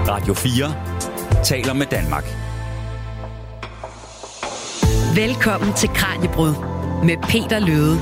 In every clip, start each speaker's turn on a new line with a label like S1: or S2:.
S1: Radio 4 taler med Danmark.
S2: Velkommen til Kraniebrud med Peter Løde.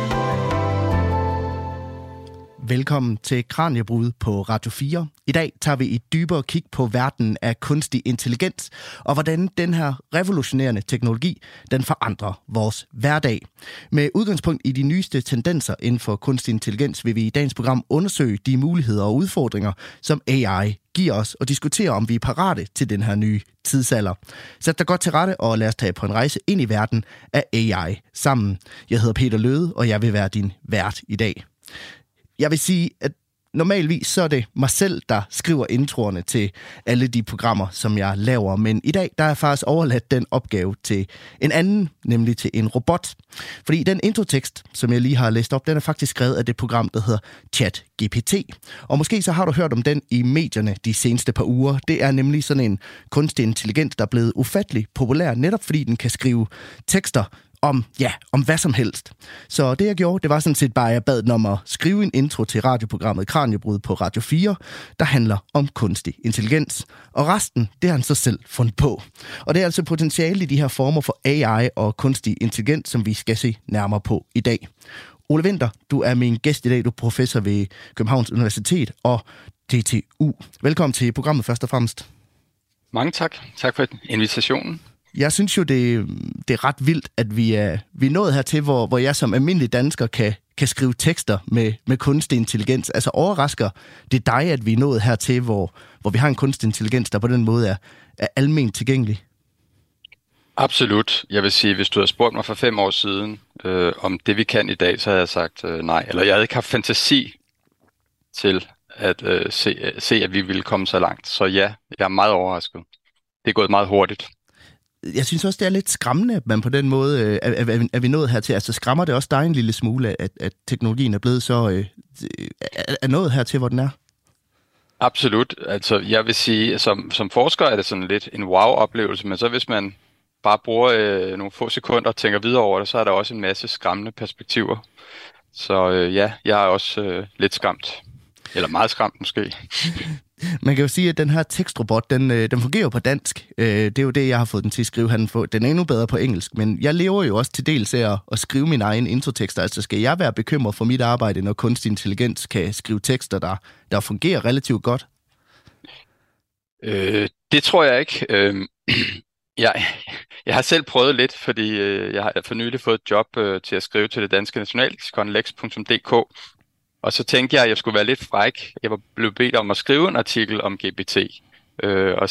S3: Velkommen til Kraniebrud på Radio 4. I dag tager vi et dybere kig på verdenen af kunstig intelligens, og hvordan den her revolutionerende teknologi, den forandrer vores hverdag. Med udgangspunkt i de nyeste tendenser inden for kunstig intelligens, vil vi i dagens program undersøge de muligheder og udfordringer, som AI giver os, og diskutere, om vi er parate til den her nye tidsalder. Sæt dig godt til rette, og lad os tage på en rejse ind i verden af AI sammen. Jeg hedder Peter Løde, og jeg vil være din vært i dag. Jeg vil sige, at normalvis så er det mig selv, der skriver introerne til alle de programmer, som jeg laver. Men i dag, der er jeg faktisk overladt den opgave til en anden, nemlig til en robot. Fordi den introtekst, som jeg lige har læst op, den er faktisk skrevet af det program, der hedder ChatGPT. Og måske så har du hørt om den i medierne de seneste par uger. Det er nemlig sådan en kunstig intelligens, der er blevet ufattelig populær, netop fordi den kan skrive tekster om hvad som helst. Så det jeg gjorde, det var sådan set bare, at jeg bad den om at skrive en intro til radioprogrammet Kraniebrud på Radio 4, der handler om kunstig intelligens. Og resten, det har han så selv fundet på. Og det er altså potentiale i de her former for AI og kunstig intelligens, som vi skal se nærmere på i dag. Ole Winther, du er min gæst i dag. Du er professor ved Københavns Universitet og DTU. Velkommen til programmet først og fremmest.
S4: Mange tak. Tak for invitationen.
S3: Jeg synes jo, det er ret vildt, at vi er nået hertil, hvor jeg som almindelig dansker kan skrive tekster med kunstig intelligens. Altså overrasker det dig, at vi er nået hertil, hvor vi har en kunstig intelligens, der på den måde er alment tilgængelig?
S4: Absolut. Jeg vil sige, hvis du havde spurgt mig for 5 år siden om det, vi kan i dag, så havde jeg sagt nej. Eller jeg havde ikke haft fantasi til at se, at vi ville komme så langt. Så ja, jeg er meget overrasket. Det er gået meget hurtigt.
S3: Jeg synes også, det er lidt skræmmende, at man på den måde er vi nået hertil. Altså skræmmer det også dig en lille smule, at teknologien er blevet så er nået hertil, hvor den er?
S4: Absolut. Altså jeg vil sige, som forsker er det sådan lidt en wow-oplevelse, men så hvis man bare bruger nogle få sekunder og tænker videre over det, så er der også en masse skræmmende perspektiver. Så ja, jeg er også lidt skræmt. Eller meget skræmt måske.
S3: Man kan jo sige, at den her tekrobot, den fungerer jo på dansk. Det er jo det, jeg har fået den til at skrive. Den er endnu bedre på engelsk, men jeg lever jo også til dels af at skrive min egen introtekster. Altså skal jeg være bekymret for mit arbejde, når kunstig intelligens kan skrive tekster, der fungerer relativt godt?
S4: Det tror jeg ikke. Jeg har selv prøvet lidt, fordi jeg har for nylig fået et job til at skrive til det danske nationalleksikon lex.dk. Og så tænkte jeg, at jeg skulle være lidt fræk. Jeg var blevet bedt om at skrive en artikel om GPT. Og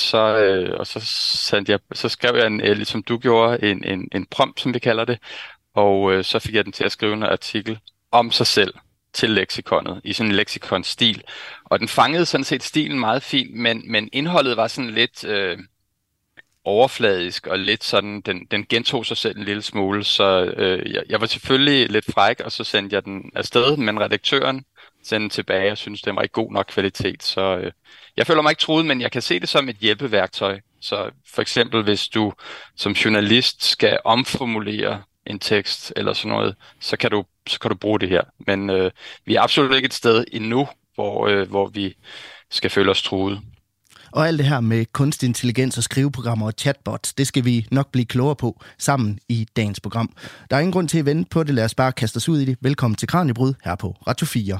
S4: så skrev jeg ligesom du gjorde, en prompt, som vi kalder det. Og så fik jeg den til at skrive en artikel om sig selv til leksikonet, i sådan en leksikonstil. Og den fangede sådan set stilen meget fint, men indholdet var sådan lidt overfladisk og lidt sådan, den gentog sig selv en lille smule, så jeg var selvfølgelig lidt fræk, og så sendte jeg den afsted, men redaktøren sendte den tilbage og synes den var ikke god nok kvalitet, så jeg føler mig ikke truet, men jeg kan se det som et hjælpeværktøj. Så for eksempel, hvis du som journalist skal omformulere en tekst eller sådan noget, så kan du bruge det her. Men vi er absolut ikke et sted endnu, hvor vi skal føle os truet.
S3: Og alt det her med kunstig intelligens og skriveprogrammer og chatbots, det skal vi nok blive klogere på sammen i dagens program. Der er ingen grund til at vente på det. Lad os bare kaste os ud i det. Velkommen til Kraniebrud her på Radio 4.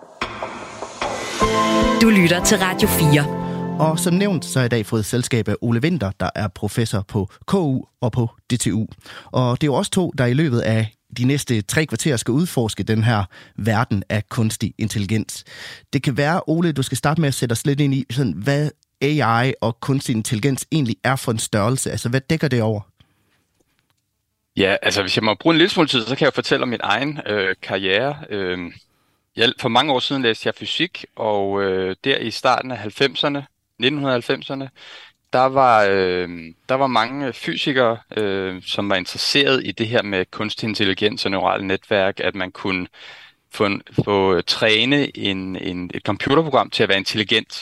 S2: Du lytter til Radio 4.
S3: Og som nævnt, så har jeg i dag fået selskab af Ole Winther, der er professor på KU og på DTU. Og det er jo også to, der i løbet af de næste 3 kvarter skal udforske den her verden af kunstig intelligens. Det kan være, Ole, du skal starte med at sætte os lidt ind i, sådan, hvad AI og kunstig intelligens egentlig er for en størrelse. Altså, hvad dækker det over?
S4: Ja, altså hvis jeg må bruge en lille smule tid, så kan jeg fortælle om min egen karriere. For mange år siden læste jeg fysik, og der i starten af 1990'erne, der var mange fysikere, som var interesseret i det her med kunstig intelligens og neurale netværk, at man kunne få træne et computerprogram til at være intelligent.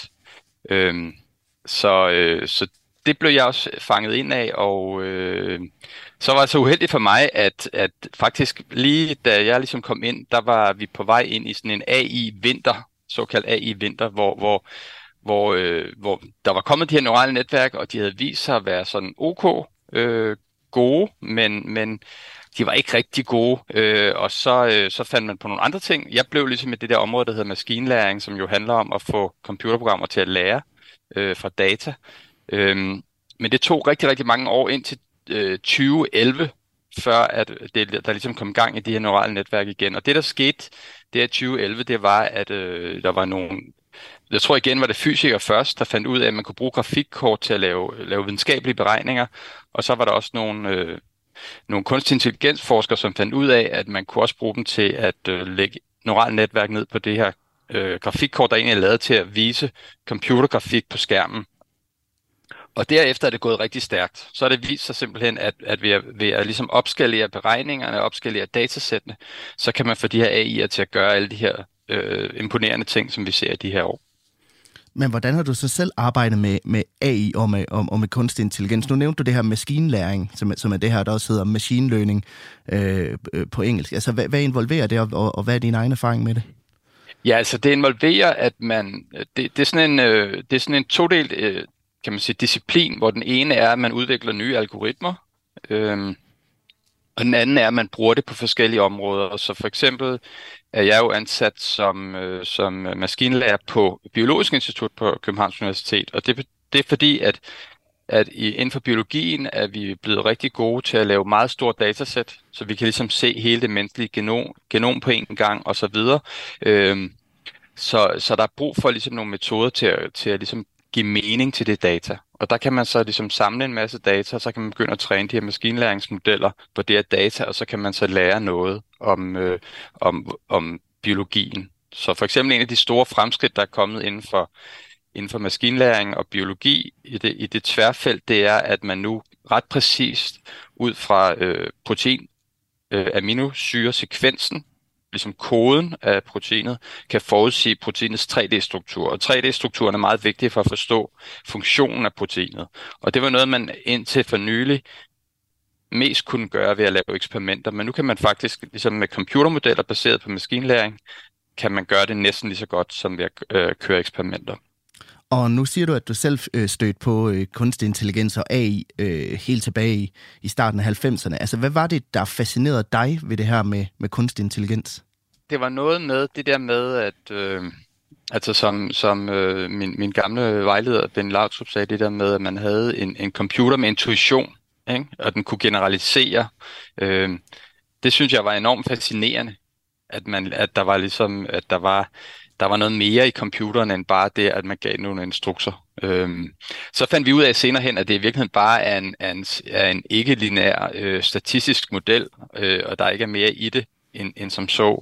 S4: Så det blev jeg også fanget ind af, og så var det så uheldigt for mig, at faktisk lige da jeg ligesom kom ind, der var vi på vej ind i sådan en AI-vinter, såkaldt AI-vinter, hvor der var kommet de her neurale netværk, og de havde vist sig at være sådan gode, men de var ikke rigtig gode, og så fandt man på nogle andre ting. Jeg blev ligesom i det der område, der hedder maskinlæring, som jo handler om at få computerprogrammer til at lære fra data. Men det tog rigtig, rigtig mange år indtil 2011, før at der ligesom kom gang i de her neurale netværk igen. Og det, der skete der i 2011, det var, at der var nogle... Jeg tror igen, var det fysikere først, der fandt ud af, at man kunne bruge grafikkort til at lave videnskabelige beregninger. Og så var der også nogle kunstig intelligensforskere, som fandt ud af, at man kunne også bruge dem til at lægge neurale netværk ned på det her grafikkort, der egentlig er lavet til at vise computergrafik på skærmen. Og derefter er det gået rigtig stærkt. Så er det vist sig simpelthen, at ved at ligesom opskalere beregningerne, opskalere datasættene, så kan man få de her AI'er til at gøre alle de her imponerende ting, som vi ser i de her år.
S3: Men hvordan har du så selv arbejdet med AI og med kunstig intelligens? Nu nævnte du det her maskinlæring, som er det her, der også hedder machine learning på engelsk. Altså, hvad involverer det, og hvad er din egen erfaring med det?
S4: Ja, altså det involverer, at det er sådan en todelt, kan man sige, disciplin, hvor den ene er, at man udvikler nye algoritmer, og den anden er, at man bruger det på forskellige områder. Så for eksempel er jeg jo ansat som maskinlærer på Biologisk Institut på Københavns Universitet, og det er fordi, at inden for biologien er vi blevet rigtig gode til at lave meget store datasæt, så vi kan ligesom se hele det menneskelige genom på en gang og så videre. Så der er brug for ligesom nogle metoder til at ligesom give mening til det data. Og der kan man så ligesom samle en masse data, og så kan man begynde at træne de her maskinlæringsmodeller på det her data, og så kan man så lære noget om biologien. Så for eksempel en af de store fremskridt, der er kommet inden for maskinlæring og biologi i det tværfelt, det er, at man nu ret præcist ud fra aminosyresekvensen, ligesom koden af proteinet, kan forudsige proteinets 3D-struktur. Og 3D-strukturen er meget vigtig for at forstå funktionen af proteinet. Og det var noget, man indtil for nylig mest kunne gøre ved at lave eksperimenter. Men nu kan man faktisk, ligesom med computermodeller baseret på maskinlæring, kan man gøre det næsten lige så godt, som ved at køre eksperimenter.
S3: Og nu siger du, at du selv stødte på kunstig intelligens og AI helt tilbage i starten af 90'erne. Altså, hvad var det, der fascinerede dig ved det her med kunstig intelligens?
S4: Det var noget med det der med, at altså som min gamle vejleder, Ben Lautrup, sagde det der med, at man havde en computer med intuition, ikke? Og den kunne generalisere. Det synes jeg var enormt fascinerende, at der var noget mere i computeren end bare det, at man gav nogle instrukser. Så fandt vi ud af senere hen, at det i virkeligheden bare er en ikke-lineær statistisk model, og der ikke er mere i det end som så.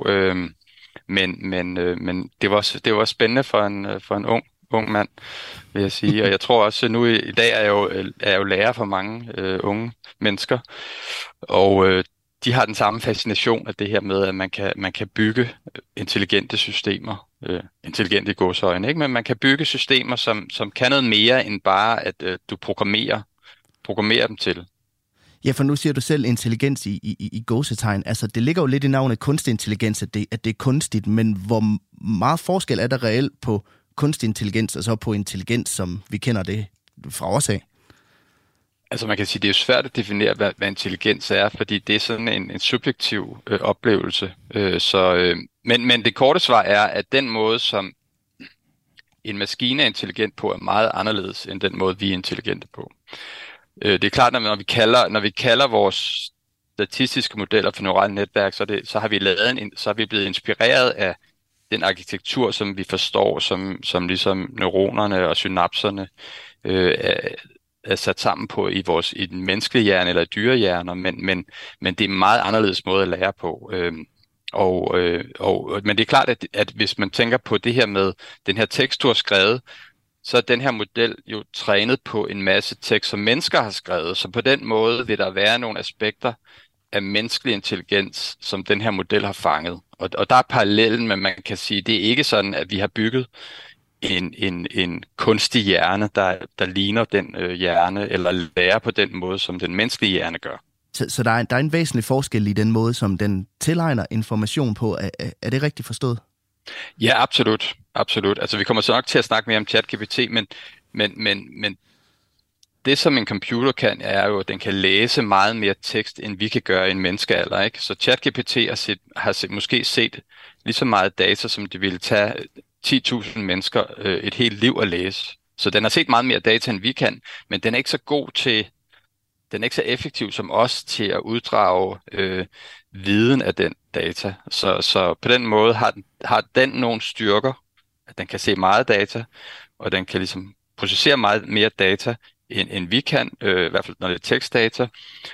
S4: Men det var spændende for en ung mand, vil jeg sige. Og jeg tror også, nu i dag er jeg jo lærer for mange unge mennesker, og de har den samme fascination af det her med, at man kan bygge intelligente systemer, intelligente i gåseøjne, ikke? Men man kan bygge systemer, som kan noget mere end bare, at du programmerer dem til.
S3: Ja, for nu siger du selv intelligens i gåsetegn. Altså, det ligger jo lidt i navnet kunstig intelligens, at det er kunstigt, men hvor meget forskel er der reelt på kunstig intelligens og så på intelligens, som vi kender det fra os af?
S4: Altså man kan sige, det er jo svært at definere, hvad intelligens er, fordi det er sådan en subjektiv oplevelse. Men det korte svar er, at den måde, som en maskine er intelligent på, er meget anderledes end den måde, vi er intelligente på. Det er klart, når vi kalder vores statistiske modeller for neurale netværk, så har vi blevet inspireret af den arkitektur, som vi forstår, som ligesom neuronerne og synapserne er sat sammen på i den menneskelige hjerne eller dyrehjerner, men det er en meget anderledes måde at lære på. Men det er klart, at hvis man tænker på det her med den her tekst, du har skrevet, så er den her model jo trænet på en masse tekst, som mennesker har skrevet. Så på den måde vil der være nogle aspekter af menneskelig intelligens, som den her model har fanget. Og der er parallellen, men man kan sige, det er ikke sådan, at vi har bygget en kunstig hjerne, der ligner den hjerne, eller lærer på den måde, som den menneskelige hjerne gør.
S3: Så der er en væsentlig forskel i den måde, som den tilegner information på. Er det rigtigt forstået?
S4: Ja, absolut. Absolut. Altså, vi kommer så nok til at snakke mere om ChatGPT, men det, som en computer kan, er jo, at den kan læse meget mere tekst, end vi kan gøre i en menneskealder, ikke? Så ChatGPT har måske set lige så meget data, som det ville tage 10.000 mennesker et helt liv at læse. Så den har set meget mere data, end vi kan, men den er ikke så god til, den er ikke så effektiv som os til at uddrage viden af den data. Så på den måde har den nogle styrker, at den kan se meget data, og den kan ligesom processere meget mere data, end vi kan, i hvert fald når det er tekstdata,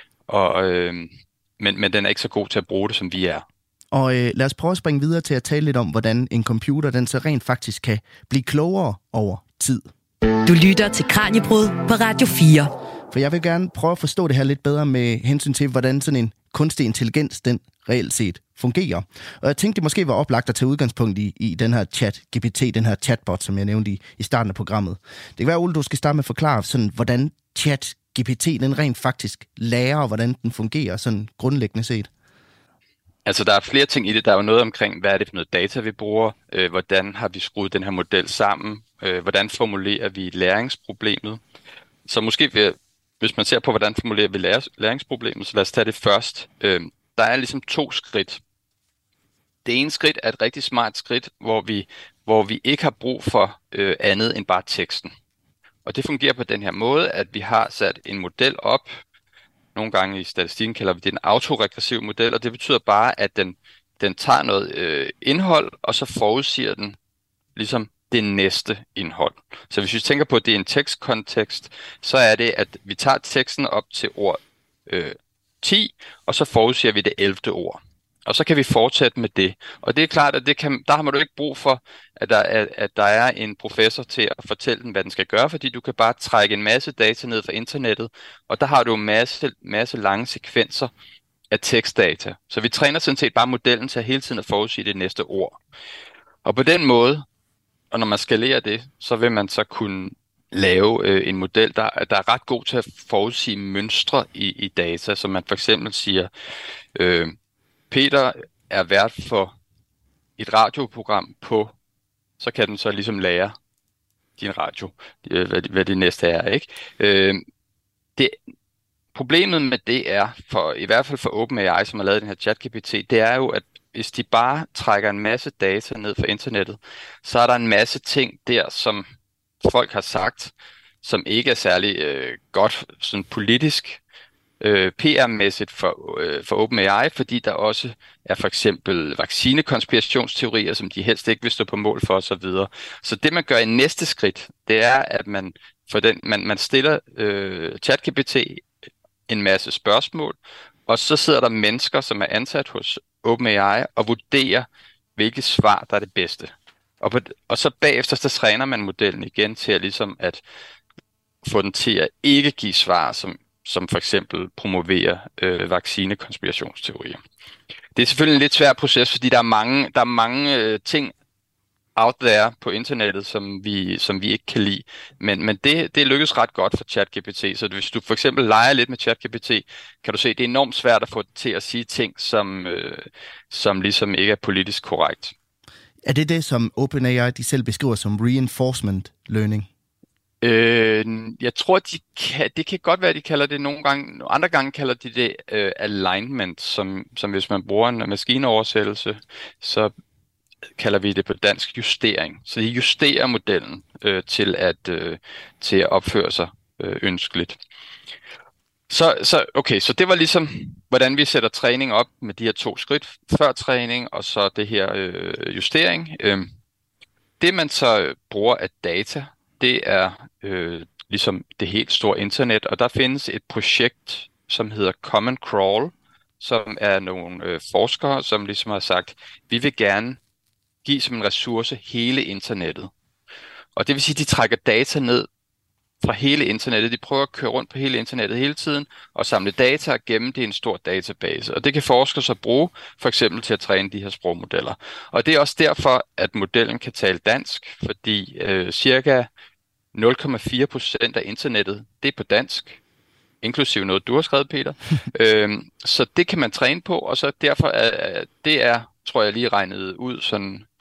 S4: men den er ikke så god til at bruge det, som vi er.
S3: Og lad os prøve at springe videre til at tale lidt om, hvordan en computer den så rent faktisk kan blive klogere over tid.
S2: Du lytter til Kraniebrud på Radio 4.
S3: For jeg vil gerne prøve at forstå det her lidt bedre med hensyn til, hvordan sådan en kunstig intelligens, den reelt set fungerer. Og jeg tænkte, det måske var oplagt at tage udgangspunkt i den her ChatGPT, den her chatbot, som jeg nævnte i starten af programmet. Det kan være, Ole, du skal starte med at forklare, sådan, hvordan ChatGPT den rent faktisk lærer, og hvordan den fungerer, sådan grundlæggende set.
S4: Altså, der er flere ting i det. Der er jo noget omkring, hvad er det for noget data, vi bruger? Hvordan har vi skruet den her model sammen? Hvordan formulerer vi læringsproblemet? Så måske, hvis man ser på, hvordan formulerer vi læringsproblemet, så lad os tage det først. Der er ligesom 2 skridt. Det ene skridt er et rigtig smart skridt, hvor vi ikke har brug for andet end bare teksten. Og det fungerer på den her måde, at vi har sat en model op. Nogle gange i statistikken kalder vi det en autoregressiv model, og det betyder bare, at den tager noget indhold, og så forudsiger den ligesom det næste indhold. Så hvis vi tænker på, at det er en tekstkontekst, så er det, at vi tager teksten op til ord 10, og så forudsiger vi det 11. ord. Og så kan vi fortsætte med det. Og det er klart, at der har man jo ikke brug for, at der er en professor til at fortælle den, hvad den skal gøre, fordi du kan bare trække en masse data ned fra internettet, og der har du en masse lange sekvenser af tekstdata. Så vi træner sådan set bare modellen til at hele tiden at forudsige det næste ord. Og på den måde, og når man skalerer det, så vil man så kunne lave en model, der er ret god til at forudsige mønstre i data, så man for eksempel siger, Peter er vært for et radioprogram på, så kan den så ligesom lære din radio, hvad det næste er, ikke? Problemet med det er, i hvert fald for OpenAI, som har lavet den her ChatGPT, det er jo, at hvis de bare trækker en masse data ned fra internettet, så er der en masse ting der, som folk har sagt, som ikke er særlig godt sådan politisk, PR-mæssigt for OpenAI, fordi der også er for eksempel vaccinekonspirationsteorier, som de helst ikke vil stå på mål for osv. Så det man gør i næste skridt, det er, at man stiller ChatGPT en masse spørgsmål, og så sidder der mennesker, som er ansat hos OpenAI og vurderer, hvilket svar der er det bedste. Og så bagefter så træner man modellen igen til at få den til at ikke give svar, som for eksempel promoverer vaccinekonspirationsteorier. Det er selvfølgelig en lidt svær proces, fordi der er mange ting out there på internettet, som vi ikke kan lide. Men det lykkes ret godt for ChatGPT. Så hvis du for eksempel leger lidt med ChatGPT, kan du se, at det er enormt svært at få det til at sige ting, som ligesom ikke er politisk korrekt.
S3: Er det, som OpenAI de selv beskriver som reinforcement learning?
S4: Jeg tror, det kan godt være, at de kalder det nogle gange. Andre gange kalder de det alignment, som hvis man bruger en maskineoversættelse, så kalder vi det på dansk justering. Så de justerer modellen til at opføre sig ønskeligt. Så det var ligesom, hvordan vi sætter træning op med de her 2 skridt. Før træning, og så det her justering. Det man så bruger af data, det er ligesom det helt store internet, og der findes et projekt, som hedder Common Crawl, som er nogle forskere, som ligesom har sagt, vi vil gerne give som en ressource hele internettet. Og det vil sige, at de trækker data ned fra hele internettet. De prøver at køre rundt på hele internettet hele tiden og samle data og gemme det i en stor database. Og det kan forskere så bruge for eksempel til at træne de her sprogmodeller. Og det er også derfor, at modellen kan tale dansk, fordi cirka 0,4% af internettet, det er på dansk, inklusive noget, du har skrevet, Peter. Så det kan man træne på, og så derfor det er, tror jeg, lige regnet ud sådan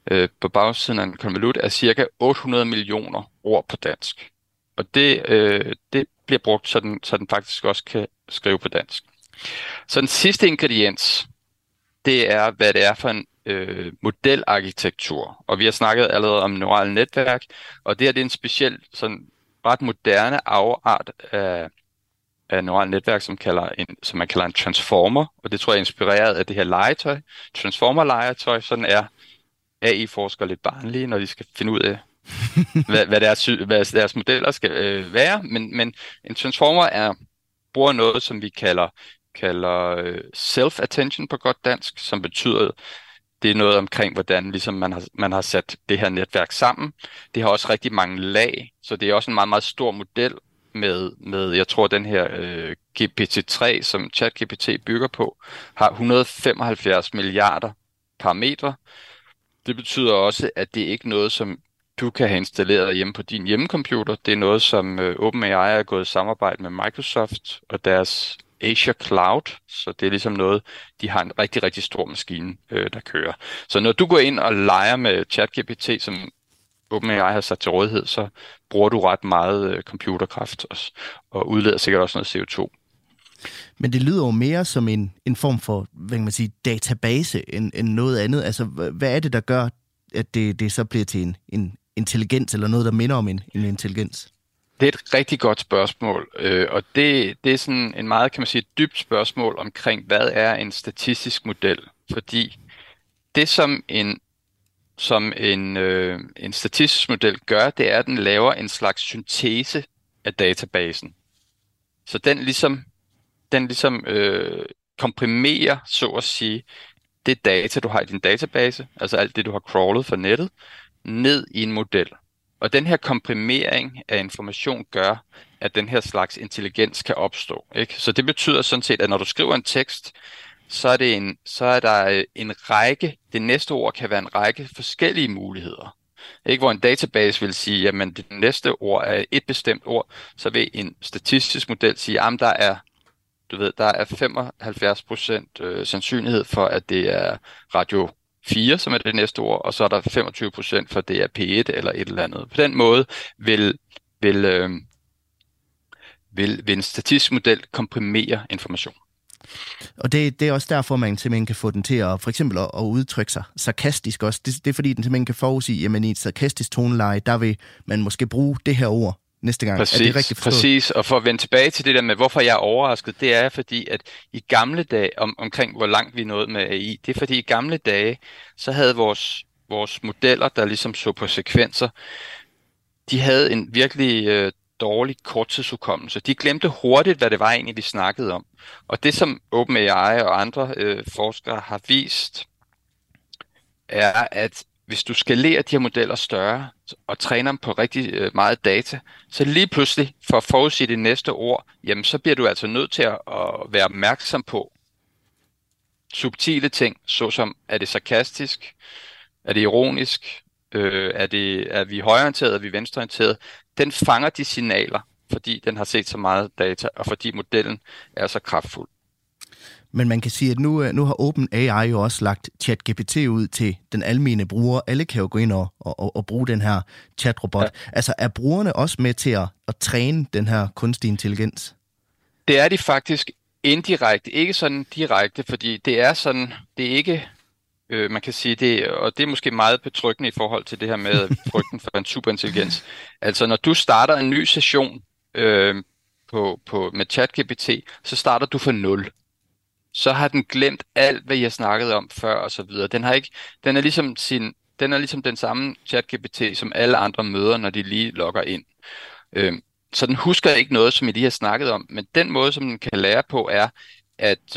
S4: på bagsiden af en konvolut er cirka 800 millioner ord på dansk. Og det bliver brugt, så den faktisk også kan skrive på dansk. Så den sidste ingrediens, det er, hvad det er for en modelarkitektur. Og vi har snakket allerede om neurale netværk, og det er en speciel, sådan ret moderne afart af neurale netværk, som man kalder en transformer, og det tror jeg er inspireret af det her legetøj, transformer-legetøj. Sådan er AI-forskere lidt barnlige, når de skal finde ud af, hvad deres modeller skal være. Men en transformer bruger noget, som vi kalder self-attention på godt dansk, som betyder, det er noget omkring, hvordan ligesom man har sat det her netværk sammen. Det har også rigtig mange lag, så det er også en meget, meget stor model med jeg tror, den her GPT-3, som ChatGPT bygger på, har 175 milliarder parametre. Det betyder også, at det ikke er noget, som du kan have installeret hjemme på din hjemmecomputer. Det er noget, som OpenAI er gået i samarbejde med Microsoft og deres Azure Cloud, så det er ligesom noget, de har en rigtig, rigtig stor maskine, der kører. Så når du går ind og leger med ChatGPT, som OpenAI har sat til rådighed, så bruger du ret meget computerkraft også, og udleder sikkert også noget CO2.
S3: Men det lyder jo mere som en form for, hvad kan man sige, database end noget andet. Altså, hvad er det, der gør, at det så bliver til en intelligens, eller noget, der minder om en intelligens?
S4: Det er et rigtig godt spørgsmål, og det er sådan en meget, kan man sige, dybt spørgsmål omkring, hvad er en statistisk model? Fordi det, som en statistisk model gør, det er, at den laver en slags syntese af databasen. Så den ligesom komprimerer, så at sige, det data, du har i din database, altså alt det, du har crawlet fra nettet, ned i en model. Og den her komprimering af information gør, at den her slags intelligens kan opstå. Ikke? Så det betyder sådan set, at når du skriver en tekst, så er der en række, det næste ord kan være en række forskellige muligheder. Ikke? Hvor en database vil sige, jamen det næste ord er et bestemt ord, så vil en statistisk model sige, at der er 75% sandsynlighed for, at det er radio 4, som er det næste ord, og så er der 25% for, at det er P1 eller et eller andet. På den måde vil en statistisk model komprimere information.
S3: Og det er også derfor, man simpelthen kan få den til at, for eksempel at udtrykke sig sarkastisk også. Det er fordi, den simpelthen kan forudsige, jamen i et sarkastisk toneleje, der vil man måske bruge det her ord næste gang.
S4: Præcis,
S3: er det rigtigt forstået?
S4: Præcis, og for at vende tilbage til det der med, hvorfor jeg er overrasket, det er fordi, at i gamle dage, omkring hvor langt vi nåede med AI, det er fordi i gamle dage, så havde vores modeller, der ligesom så på sekvenser, de havde en virkelig dårlig korttidshukommelse. De glemte hurtigt, hvad det var egentlig, vi snakkede om. Og det, som OpenAI og andre forskere har vist, er, at hvis du skalerer de her modeller større og træner dem på rigtig meget data, så lige pludselig for at forudsige det næste ord, jamen så bliver du altså nødt til at være opmærksom på subtile ting, såsom er det sarkastisk, er det ironisk, er vi højreorienteret, er vi venstreorienteret. Den fanger de signaler, fordi den har set så meget data, og fordi modellen er så kraftfuld.
S3: Men man kan sige, at nu har OpenAI jo også lagt ChatGPT ud til den almene bruger. Alle kan jo gå ind og bruge den her chatrobot. Ja. Altså er brugerne også med til at træne den her kunstig intelligens?
S4: Det er de faktisk indirekte, ikke sådan direkte, fordi det er sådan, det er ikke, man kan sige det, og det er måske meget betryggende i forhold til det her med frygten for en superintelligens. Altså når du starter en ny session med ChatGPT, så starter du fra 0. Så har den glemt alt, hvad jeg snakkede om før og så videre. Den er ligesom den samme ChatGPT, som alle andre møder, når de lige logger ind. Så den husker ikke noget, som I lige har snakket om, men den måde, som den kan lære på, er, at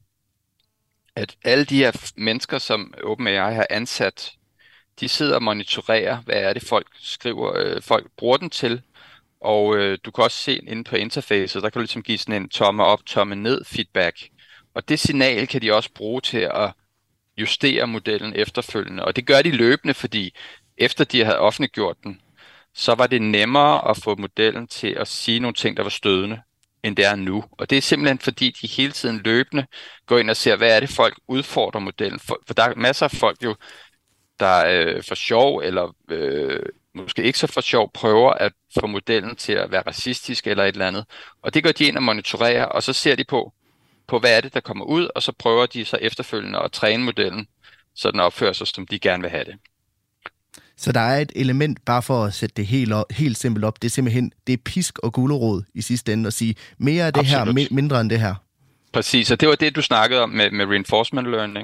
S4: alle de her mennesker, som OpenAI har ansat, de sidder og monitorerer, hvad er det, folk skriver, folk bruger den til. Og du kan også se inde på interfacet, der kan du ligesom give sådan en tomme op, tomme ned feedback. Og det signal kan de også bruge til at justere modellen efterfølgende. Og det gør de løbende, fordi efter de havde offentliggjort den, så var det nemmere at få modellen til at sige nogle ting, der var stødende, end det er nu. Og det er simpelthen fordi, de hele tiden løbende går ind og ser, hvad er det, folk udfordrer modellen. For der er masser af folk jo, der for sjov, eller måske ikke så for sjov, prøver at få modellen til at være racistisk eller et eller andet. Og det gør de ind og monitorerer, og så ser de på hvad er det, der kommer ud, og så prøver de så efterfølgende at træne modellen, så den opfører sig, som de gerne vil have det.
S3: Så der er et element, bare for at sætte det helt simpelt op, det er simpelthen, det er pisk og gulerod i sidste ende, at sige mere af det
S4: Absolut.
S3: her, mindre end det her.
S4: Præcis, og det var det, du snakkede om med reinforcement learning.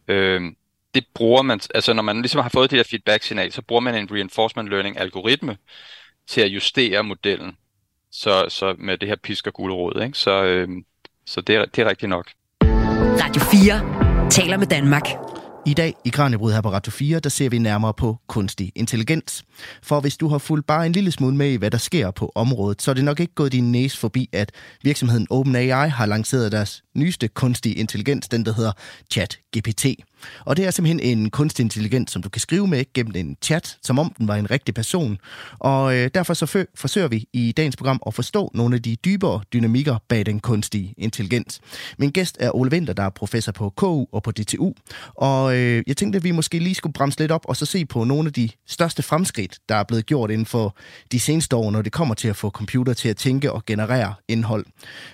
S4: Det bruger man, altså når man ligesom har fået det her feedback-signal, så bruger man en reinforcement learning-algoritme til at justere modellen, så med det her pisk og gulerod, ikke? Så det er rigtigt nok.
S2: Radio 4 taler med Danmark.
S3: I dag i Kraniebrud her på Radio 4, der ser vi nærmere på kunstig intelligens. For hvis du har fulgt bare en lille smule med i, hvad der sker på området, så er det nok ikke gået din næse forbi, at virksomheden OpenAI har lanceret deres nyeste kunstig intelligens, den der hedder ChatGPT. Og det er simpelthen en kunstig intelligens, som du kan skrive med gennem en chat, som om den var en rigtig person. Og derfor så forsøger vi i dagens program at forstå nogle af de dybere dynamikker bag den kunstige intelligens. Min gæst er Ole Winther, der er professor på KU og på DTU. Og jeg tænkte, at vi måske lige skulle bremse lidt op og så se på nogle af de største fremskridt, der er blevet gjort inden for de seneste år, når det kommer til at få computer til at tænke og generere indhold.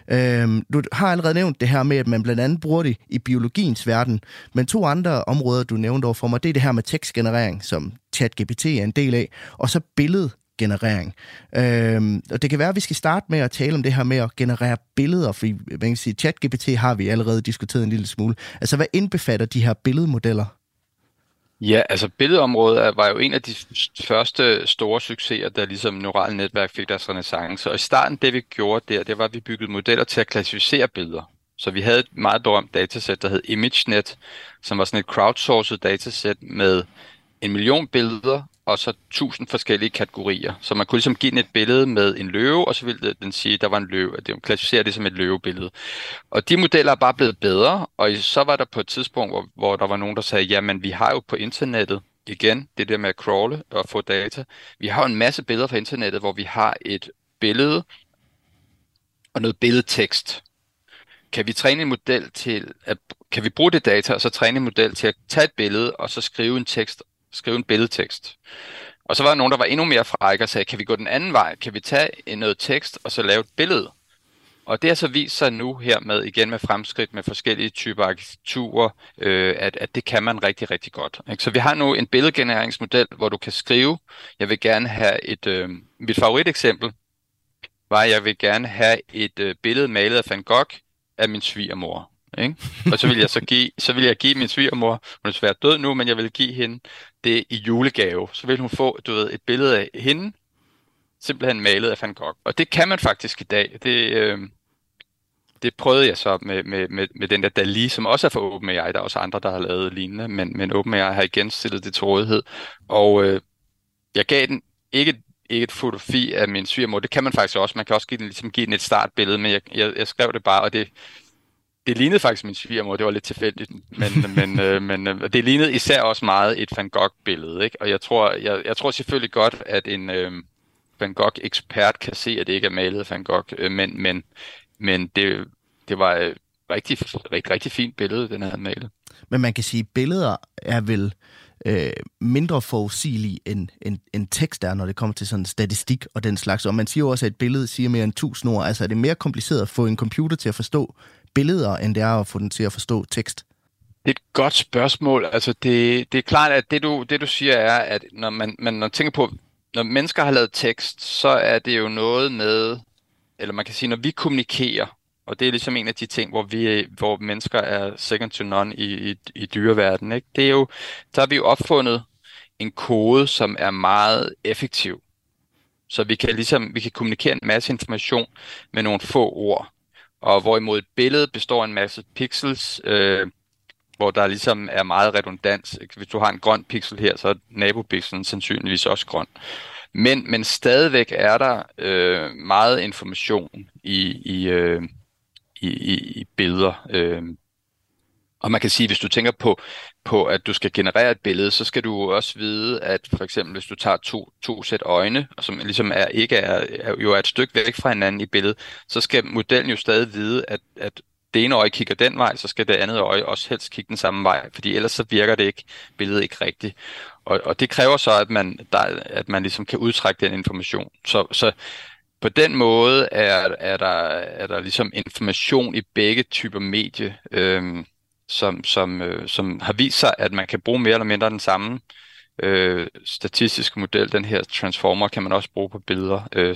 S3: Du har allerede nævnt det her med, at man blandt andet bruger det i biologiens verden, men to andre områder, du nævnte over for mig, det er det her med tekstgenerering, som ChatGPT er en del af, og så billedgenerering. Og det kan være, at vi skal starte med at tale om det her med at generere billeder, for man kan sige, ChatGPT har vi allerede diskuteret en lille smule. Altså, hvad indbefatter de her billedmodeller?
S4: Ja, altså billedområdet var jo en af de første store succeser, der ligesom neurale netværk fik deres renæssance. Og i starten, det vi gjorde det var, at vi byggede modeller til at klassificere billeder. Så vi havde et meget berømt datasæt, der hed ImageNet, som var sådan et crowdsourcet datasæt med 1 million billeder, og så 1000 forskellige kategorier. Så man kunne ligesom give den et billede med en løve, og så ville den sige, at der var en løve, at det klassificerer det som et løvebillede. Og de modeller er bare blevet bedre, og så var der på et tidspunkt, hvor der var nogen, der sagde, jamen vi har jo på internettet, igen, det der med at crawle og få data, vi har jo en masse billeder fra internettet, hvor vi har et billede og noget billedtekst. Kan vi træne en model til kan vi bruge det data og så træne en model til at tage et billede og så skrive en billedtekst? Og så var der nogen, der var endnu mere frække og sagde, kan vi gå den anden vej? Kan vi tage noget tekst og så lave et billede? Og det har så vist sig nu her med fremskridt med forskellige typer arkitekturer, at det kan man rigtig, rigtig godt. Ikke? Så vi har nu en billedgenereringsmodel, hvor du kan skrive, jeg vil gerne have mit favoriteksempel var, at jeg vil gerne have et billede malet af Van Gogh af min svigermor. Ikke? Og så vil jeg give min svigermor, hun er svært død nu, men jeg vil give hende det i julegave. Så vil hun få, et billede af hende, simpelthen malet af Van Gogh. Og det kan man faktisk i dag. Det prøvede jeg så med den der DALL-E, som også er fra OpenAI. Der er også andre, der har lavet lignende, men OpenAI har igen stillet det til rådighed. Og jeg gav den ikke et fotografi af min svigermor. Det kan man faktisk også. Man kan også give den et startbillede, men jeg skrev det bare, og det lignede faktisk min svigermor. Det var lidt tilfældigt, men det lignede især også meget et Van Gogh-billede, ikke? Og jeg tror selvfølgelig godt, at en Van Gogh-ekspert kan se, at det ikke er malet af Van Gogh, men det var et rigtig fint billede, den havde malet.
S3: Men man kan sige, at billeder er vel mindre forudsigelige end tekst er, når det kommer til sådan statistik og den slags. Og man siger jo også, at et billede siger mere end 1000 ord. Altså er det mere kompliceret at få en computer til at forstå billeder, end det er at få den til at forstå tekst?
S4: Det er et godt spørgsmål. Altså det er klart, at det du siger er, at når man tænker på, når mennesker har lavet tekst, så er det jo noget med, eller man kan sige, når vi kommunikerer, og det er ligesom en af de ting, hvor mennesker er second to none i dyreverdenen, ikke? Det er jo, der har vi jo opfundet en kode, som er meget effektiv. Så vi kan kommunikere en masse information med nogle få ord. Og hvorimod et billede består af en masse pixels, hvor der ligesom er meget redundans. Hvis du har en grøn pixel her, så er nabopixelen sandsynligvis også grøn. Men stadigvæk er der meget information i billeder. Og man kan sige, hvis du tænker på, at du skal generere et billede, så skal du også vide, at for eksempel hvis du tager to sæt øjne, og som ligesom er et stykke væk fra hinanden i billedet, så skal modellen jo stadig vide, at det ene øje kigger den vej, så skal det andet øje også helst kigge den samme vej, fordi ellers så virker det ikke, billedet ikke rigtigt. Og det kræver så, at man ligesom kan udtrække den information. Så på den måde er der ligesom information i begge typer medie, som har vist sig, at man kan bruge mere eller mindre den samme statistiske model. Den her transformer kan man også bruge på billeder.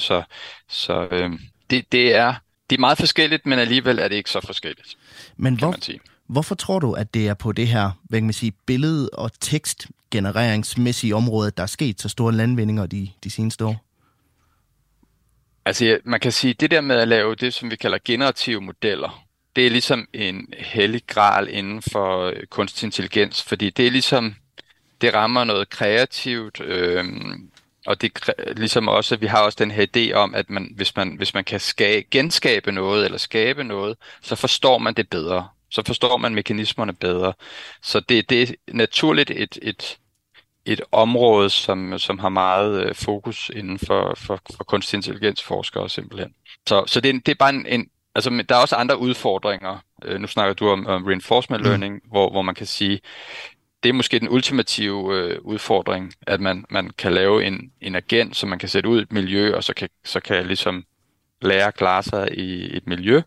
S4: Det er meget forskelligt, men alligevel er det ikke så forskelligt.
S3: Men hvorfor tror du, at det er på det her, hvad kan man sige, billede- og tekstgenereringsmæssige område, der er sket så store landvindinger de seneste år?
S4: Altså, man kan sige, det der med at lave det, som vi kalder generative modeller, det er ligesom en hellig gral inden for kunstig intelligens, fordi det er ligesom, det rammer noget kreativt, og det ligesom også, vi har også den her idé om, at hvis man kan genskabe noget eller skabe noget, så forstår man det bedre. Så forstår man mekanismerne bedre. Så det er naturligt et område, som har meget fokus inden for kunstig intelligensforskere simpelthen. Så det er bare altså der er også andre udfordringer. Nu snakker du om reinforcement learning, hvor man kan sige, det er måske den ultimative udfordring, at man kan lave en agent, som man kan sætte ud i et miljø, og så kan ligesom lære at klare sig i et miljø.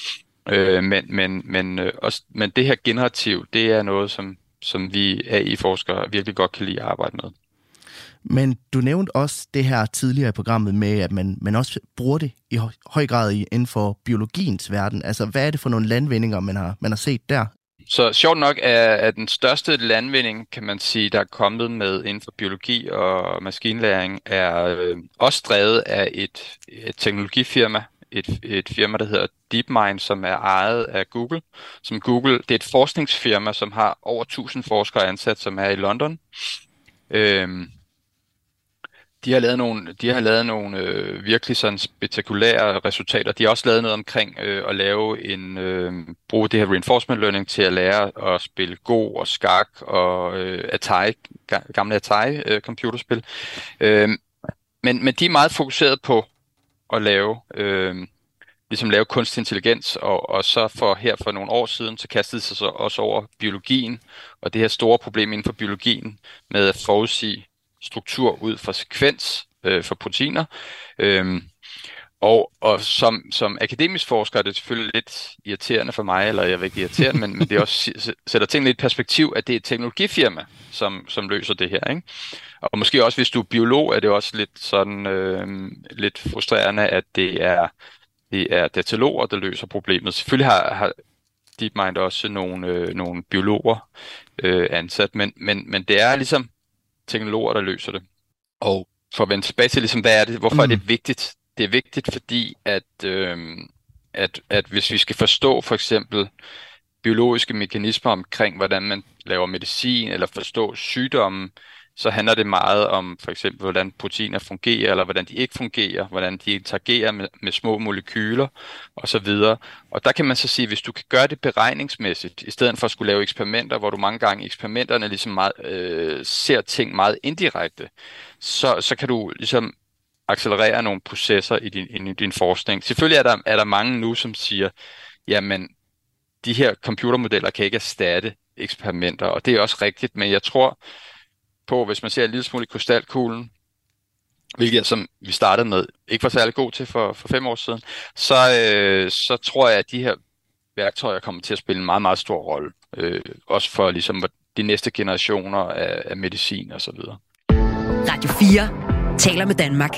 S4: Men det her generativ, det er noget, som vi AI-forskere virkelig godt kan lide at arbejde med.
S3: Men du nævnte også det her tidligere i programmet med, at man også bruger det i høj grad inden for biologiens verden. Altså, hvad er det for nogle landvindinger, man har set der?
S4: Så sjovt nok er den største landvinding, kan man sige, der er kommet med inden for biologi og maskinlæring, er også drevet af et teknologifirma, et firma, der hedder DeepMind, som er ejet af Google. Det er et forskningsfirma, som har over 1000 forskere ansat, som er i London. De har lavet nogle virkelig sådan spektakulære resultater. De har også lavet noget omkring at bruge det her reinforcement learning til at lære at spille Go og skak og Atari, gamle Atari computerspil. Men de er meget fokuseret på at lave kunstig intelligens, og så for nogle år siden, så kastede sig så også over biologien, og det her store problem inden for biologien med at forudsige struktur ud fra sekvens for proteiner. Og som akademisk forsker er det selvfølgelig lidt irriterende for mig, eller jeg vil ikke irriterende, men det også sætter tingene i et perspektiv, at det er et teknologifirma, som løser det her, ikke? Og måske også, hvis du er biolog, er det også lidt sådan lidt frustrerende, at det er dataloger, der løser problemet. Selvfølgelig har DeepMind også nogle biologer ansat, men det er ligesom teknologer, der løser det. Og for at vende tilbage til, ligesom, hvad er det? Hvorfor er det vigtigt? Det er vigtigt, fordi at hvis vi skal forstå for eksempel biologiske mekanismer omkring, hvordan man laver medicin, eller forstå sygdomme, så handler det meget om for eksempel, hvordan proteiner fungerer, eller hvordan de ikke fungerer, hvordan de interagerer med små molekyler, osv. Og der kan man så sige, hvis du kan gøre det beregningsmæssigt, i stedet for at skulle lave eksperimenter, hvor du mange gange i eksperimenterne ligesom ser ting meget indirekte, så kan du ligesom accelerere nogle processer i din forskning. Selvfølgelig er der mange nu, som siger, jamen, de her computermodeller kan ikke erstatte eksperimenter, og det er også rigtigt, men jeg tror på, hvis man ser en lille smule i krystalkuglen, hvilket som vi startede med, ikke var særlig god til for 5 år siden, så tror jeg, at de her værktøjer kommer til at spille en meget, meget stor rolle, også for ligesom de næste generationer af medicin og så videre.
S2: Radio 4 taler med Danmark.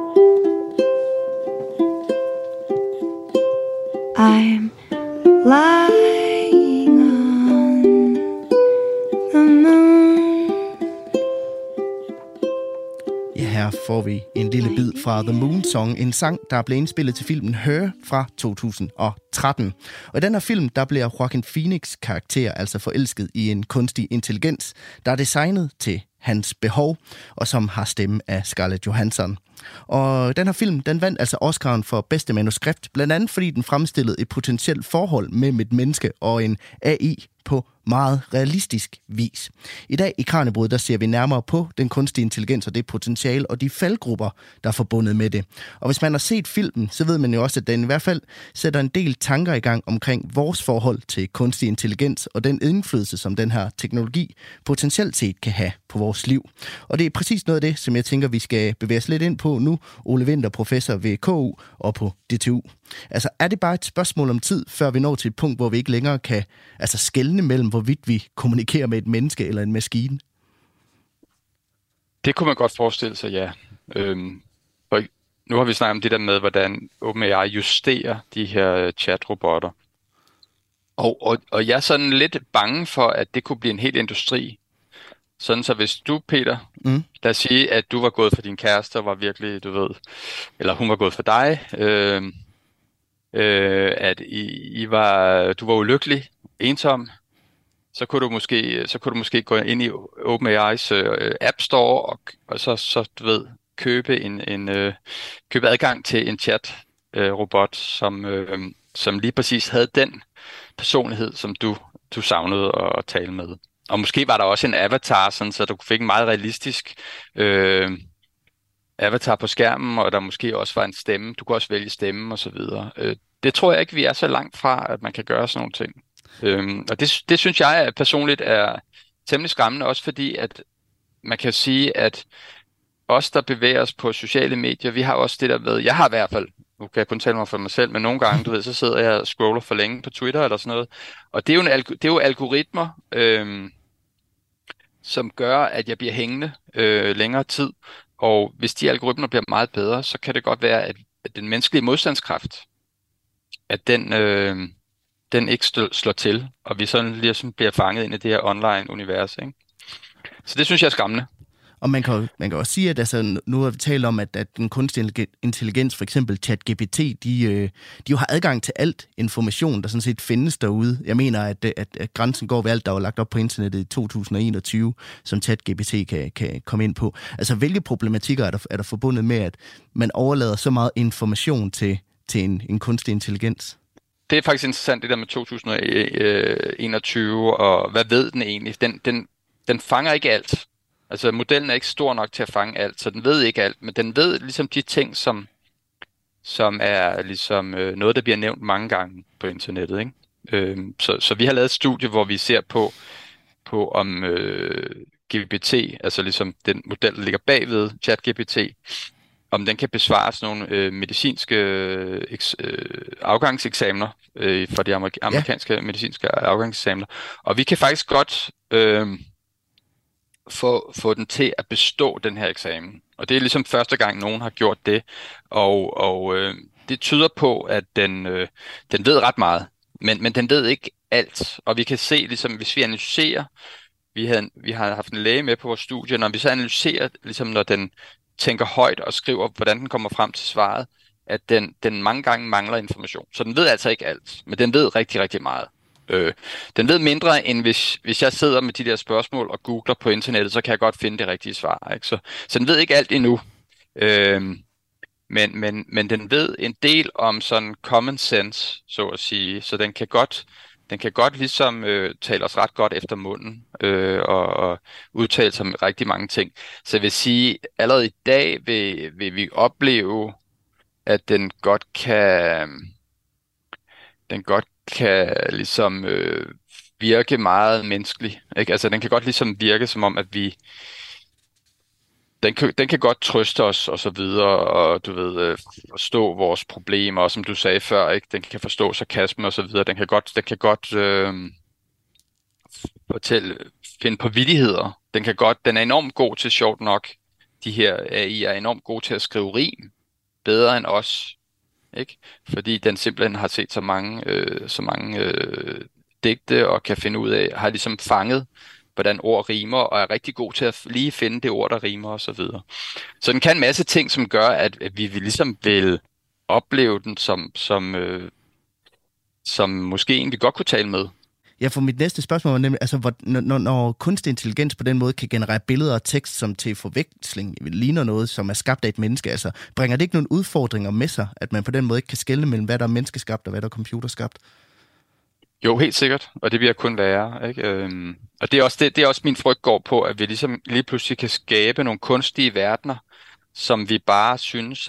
S5: I'm lying on the moon.
S3: Ja, her får vi en lille bid fra The Moon Song, en sang, der blev indspillet til filmen Her fra 2013. Og i den her film, der bliver Joaquin Phoenix' karakter altså forelsket i en kunstig intelligens, der er designet til hans behov, og som har stemme af Scarlett Johansson. Og den her film, den vandt altså Oscar'en for bedste manuskript, blandt andet fordi den fremstillede et potentielt forhold mellem et menneske og en AI på meget realistisk vis. I dag i Kraniebrud, der ser vi nærmere på den kunstige intelligens og det potentiale og de faldgrupper, der er forbundet med det. Og hvis man har set filmen, så ved man jo også, at den i hvert fald sætter en del tanker i gang omkring vores forhold til kunstig intelligens og den indflydelse, som den her teknologi potentielt set kan have på vores liv. Og det er præcis noget af det, som jeg tænker, vi skal bevæge os lidt ind på nu. Ole Winther, professor ved KU og på DTU. Altså, er det bare et spørgsmål om tid, før vi når til et punkt, hvor vi ikke længere kan skelne mellem, hvorvidt vi kommunikerer med et menneske eller en maskine?
S4: Det kunne man godt forestille sig, ja. Nu har vi snakket om det der med, hvordan OpenAI justerer de her chatrobotter. Og jeg er sådan lidt bange for, at det kunne blive en hel industri. Sådan så hvis du, Peter, lad os sige, at du var gået for din kæreste og var virkelig, du ved, eller hun var gået for dig, at du var ulykkelig, ensom, så kunne du måske gå ind i OpenAI's App Store og så du ved, købe adgang til en chat robot, som lige præcis havde den personlighed, som du savnede at tale med. Og måske var der også en avatar, sådan, så du fik en meget realistisk avatar på skærmen, og der måske også var en stemme. Du kunne også vælge stemme og så videre. Det tror jeg ikke, vi er så langt fra, at man kan gøre sådan nogle ting. Og det synes jeg personligt er temmelig skræmmende, også fordi, at man kan sige, at os, der bevæger os på sociale medier, vi har også det der ved, jeg har i hvert fald, nu kan jeg kun tale mig for mig selv, men nogle gange, du ved, så sidder jeg og scroller for længe på Twitter eller sådan noget, og det er jo algoritmer, som gør, at jeg bliver hængende længere tid, og hvis de algoritmer bliver meget bedre, så kan det godt være, at den menneskelige modstandskraft, at den ikke slår til, og vi sådan ligesom bliver fanget ind i det her online-univers, ikke? Så det synes jeg er skræmmende.
S3: Og man kan også sige, at nu har vi talt om, at den kunstige intelligens, for eksempel ChatGPT, de jo har adgang til alt information, der sådan set findes derude. Jeg mener, at grænsen går ved alt, der var lagt op på internettet i 2021, som ChatGPT kan komme ind på. Altså, hvilke problematikker er der forbundet med, at man overlader så meget information til en kunstig intelligens?
S4: Det er faktisk interessant, det der med 2021, og hvad ved den egentlig? Den fanger ikke alt. Altså, modellen er ikke stor nok til at fange alt, så den ved ikke alt, men den ved ligesom de ting, som er ligesom noget, der bliver nævnt mange gange på internettet, ikke? Så vi har lavet et studie, hvor vi ser på om GPT, altså ligesom den model, der ligger bagved ChatGPT, om den kan besvare sådan nogle medicinske afgangseksamener for de amerikanske medicinske afgangseksamener. Og vi kan faktisk godt få den til at bestå den her eksamen. Og det er ligesom første gang, nogen har gjort det. Og det tyder på, at den ved ret meget. Men den ved ikke alt. Og vi kan se, ligesom, hvis vi analyserer, vi har haft en læge med på vores studie, når vi så analyserer, ligesom, når den tænker højt og skriver, hvordan den kommer frem til svaret, at den mange gange mangler information. Så den ved altså ikke alt, men den ved rigtig, rigtig meget. Den ved mindre, end hvis jeg sidder med de der spørgsmål og googler på internettet, så kan jeg godt finde det rigtige svar. Ikke? Så den ved ikke alt endnu. Men den ved en del om sådan common sense, så at sige. Så den kan godt ligesom tale os ret godt efter munden og udtale sig om rigtig mange ting. Så jeg vil sige, allerede i dag vil vi opleve, at den godt kan ligesom virke meget menneskelig. Ikke? Altså den kan godt ligesom virke som om, at den kan godt trøste os og så videre, og du ved, forstå vores problemer, og som du sagde før, ikke? Den kan forstå sarkasme og så videre. Den kan godt finde på vittigheder. Den er enormt god til, sjovt nok, de her AI er enormt gode til at skrive rim, bedre end os, ikke? Fordi den simpelthen har set så mange digte og kan finde ud af, har ligesom fanget, hvordan ord rimer, og er rigtig god til at lige finde det ord, der rimer og så videre. Så den kan en masse ting, som gør, at vi ligesom vil opleve den som måske en, vi godt kunne tale med.
S3: Ja, for mit næste spørgsmål var nemlig, altså, når kunstig intelligens på den måde kan generere billeder og tekst, som til forveksling ligner noget, som er skabt af et menneske, altså bringer det ikke nogen udfordringer med sig, at man på den måde ikke kan skelne mellem, hvad der er menneskeskabt og hvad der er computerskabt?
S4: Jo, helt sikkert, og det bliver kun værre, ikke? Og det er også min frygt går på, at vi ligesom lige pludselig kan skabe nogle kunstige verdener, som vi bare synes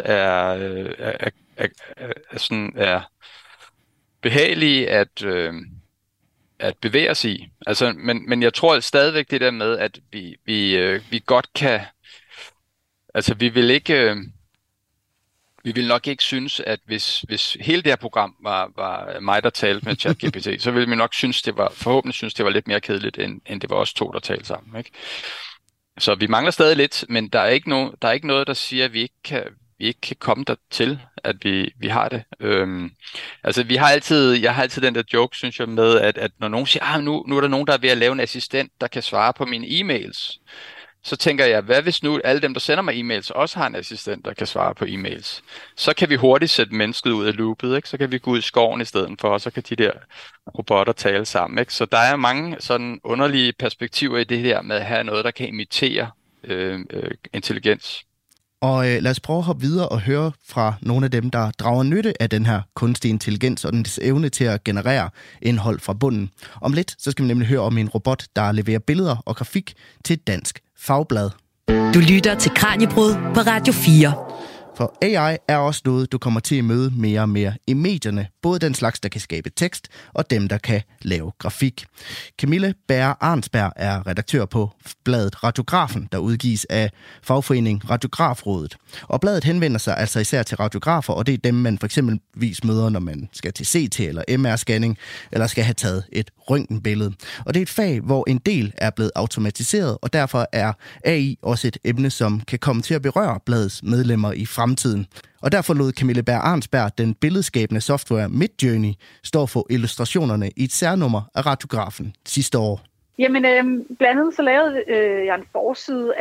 S4: er behagelige at bevæge os i. Altså, men jeg tror stadigvæk det der med, at vi godt kan, altså vi vil nok ikke synes, at hvis hele det her program var mig, der talte med ChatGPT, så ville vi nok forhåbentlig synes, det var lidt mere kedeligt, end det var os to, der talte sammen, ikke? Så vi mangler stadig lidt, men der er ikke noget, der siger, at vi ikke kan komme dertil, at vi har det. Altså, jeg har altid den der joke, synes jeg, med, at når nogen siger, nu er der nogen, der er ved at lave en assistent, der kan svare på mine e-mails, så tænker jeg, hvad hvis nu alle dem, der sender mig e-mails, også har en assistent, der kan svare på e-mails? Så kan vi hurtigt sætte mennesket ud af loopet, ikke? Så kan vi gå ud i skoven i stedet for, og så kan de der robotter tale sammen, ikke? Så der er mange sådan underlige perspektiver i det her med at have noget, der kan imitere intelligens.
S3: Og lad os prøve at hoppe videre og høre fra nogle af dem, der drager nytte af den her kunstige intelligens og dens evne til at generere indhold fra bunden. Om lidt, så skal vi nemlig høre om en robot, der leverer billeder og grafik til et dansk fagblad.
S2: Du lytter til Kraniebrud på Radio 4.
S3: For AI er også noget, du kommer til at møde mere og mere i medierne. Både den slags, der kan skabe tekst, og dem, der kan lave grafik. Camille Bager Arnsberg er redaktør på bladet Radiografen, der udgives af fagforeningen Radiografrådet. Og bladet henvender sig altså især til radiografer, og det er dem, man for eksempelvis møder, når man skal til CT eller MR-scanning, eller skal have taget et røntgenbillede. Og det er et fag, hvor en del er blevet automatiseret, og derfor er AI også et emne, som kan komme til at berøre bladets medlemmer i fremtiden. Og derfor lod Camille Bager Arnsberg den billedskabende software Midjourney stå for illustrationerne i et særnummer af Radiografen sidste år.
S6: Jamen, blandt andet så lavede jeg en forside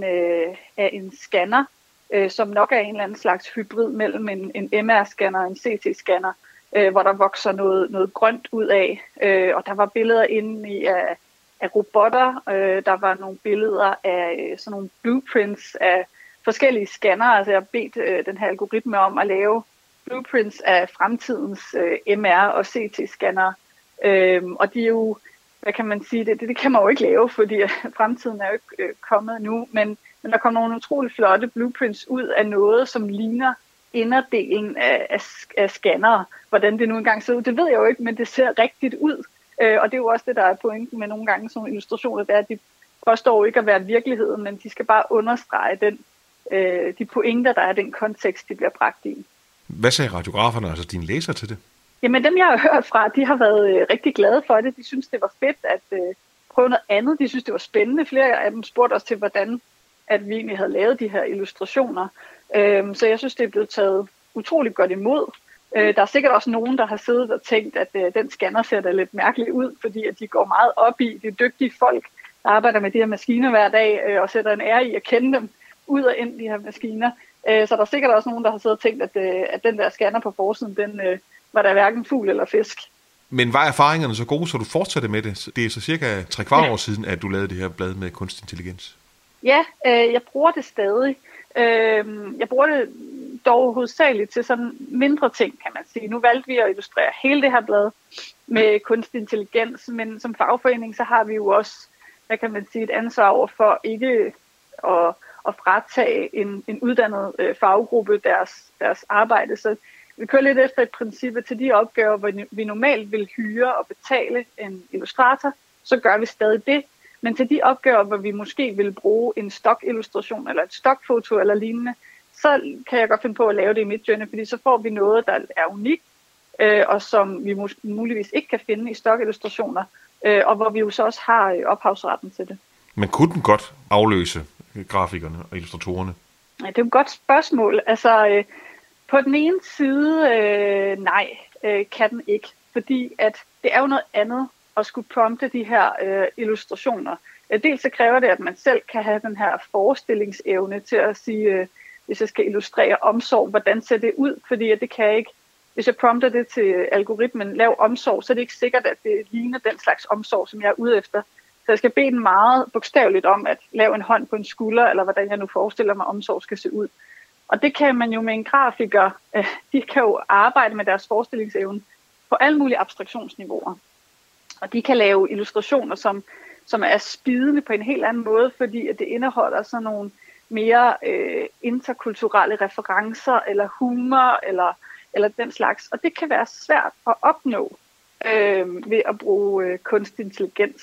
S6: af en scanner, som nok er en eller anden slags hybrid mellem en MR-scanner og en CT-scanner, hvor der vokser noget grønt ud af. Og der var billeder inde i af robotter, der var nogle billeder af sådan nogle blueprints af forskellige scanner. Altså jeg har bedt den her algoritme om at lave blueprints af fremtidens MR- og CT-scanner. Og de er jo, hvad kan man sige, det kan man jo ikke lave, fordi fremtiden er jo ikke kommet nu. Men der kommer nogle utrolig flotte blueprints ud af noget, som ligner inderdelen af scannere. Hvordan det nu engang ser ud, det ved jeg jo ikke, men det ser rigtigt ud. Og det er jo også det, der er pointen med nogle gange sådan nogle illustrationer, det er, at de påstår ikke at være virkeligheden, men de skal bare understrege de pointer, der er den kontekst, de bliver bragt i.
S7: Hvad sagde radiograferne, altså dine læsere, til det?
S6: Jamen dem, jeg har hørt fra, de har været rigtig glade for det. De synes, det var fedt at prøve noget andet. De synes, det var spændende. Flere af dem spurgte os til, hvordan at vi egentlig havde lavet de her illustrationer. Så jeg synes, det er blevet taget utroligt godt imod. Der er sikkert også nogen, der har siddet og tænkt, at den scanner ser da lidt mærkeligt ud, fordi at de går meget op i de dygtige folk, der arbejder med de her maskiner hver dag og sætter en ære i at kende dem ud og ind, de her maskiner. Så der er sikkert også nogen, der har siddet og tænkt, at den der scanner på forsiden, den var der hverken fugl eller fisk.
S7: Men var erfaringerne så gode, så du fortsatte med det? Det er så cirka 3/4 år siden, at du lavede det her blad med kunstig intelligens.
S6: Ja, jeg bruger det stadig. Jeg bruger det dog hovedsageligt til sådan mindre ting, kan man sige. Nu valgte vi at illustrere hele det her blad med kunstig intelligens, men som fagforening, så har vi jo også, hvad kan man sige, et ansvar over for ikke at fratage en uddannet faggruppe deres arbejde. Så vi kører lidt efter et princip til de opgaver, hvor vi normalt vil hyre og betale en illustrator, så gør vi stadig det. Men til de opgaver, hvor vi måske vil bruge en stokillustration eller et stokfoto eller lignende, så kan jeg godt finde på at lave det i Midjourney, fordi så får vi noget, der er unikt, og som vi muligvis ikke kan finde i stokillustrationer, og hvor vi jo så også har ophavsretten til det.
S7: Men kunne den godt afløse grafikerne og illustratorerne?
S6: Ja, det er et godt spørgsmål. Altså, på den ene side, nej, kan den ikke, fordi at det er jo noget andet at skulle prompte de her illustrationer. Dels så kræver det, at man selv kan have den her forestillingsevne til at sige, hvis jeg skal illustrere omsorg, hvordan ser det ud? Fordi at det kan jeg ikke. Hvis jeg prompter det til algoritmen, lav omsorg, så er det ikke sikkert, at det ligner den slags omsorg, som jeg er ude efter. Så jeg skal bede den meget bogstaveligt om at lave en hånd på en skulder, eller hvordan jeg nu forestiller mig, omsorg skal se ud. Og det kan man jo med en grafiker, de kan jo arbejde med deres forestillingsevne på alle mulige abstraktionsniveauer. Og de kan lave illustrationer, som er spidende på en helt anden måde, fordi at det indeholder sådan nogle mere interkulturelle referencer, eller humor, eller den slags. Og det kan være svært at opnå ved at bruge kunstig intelligens.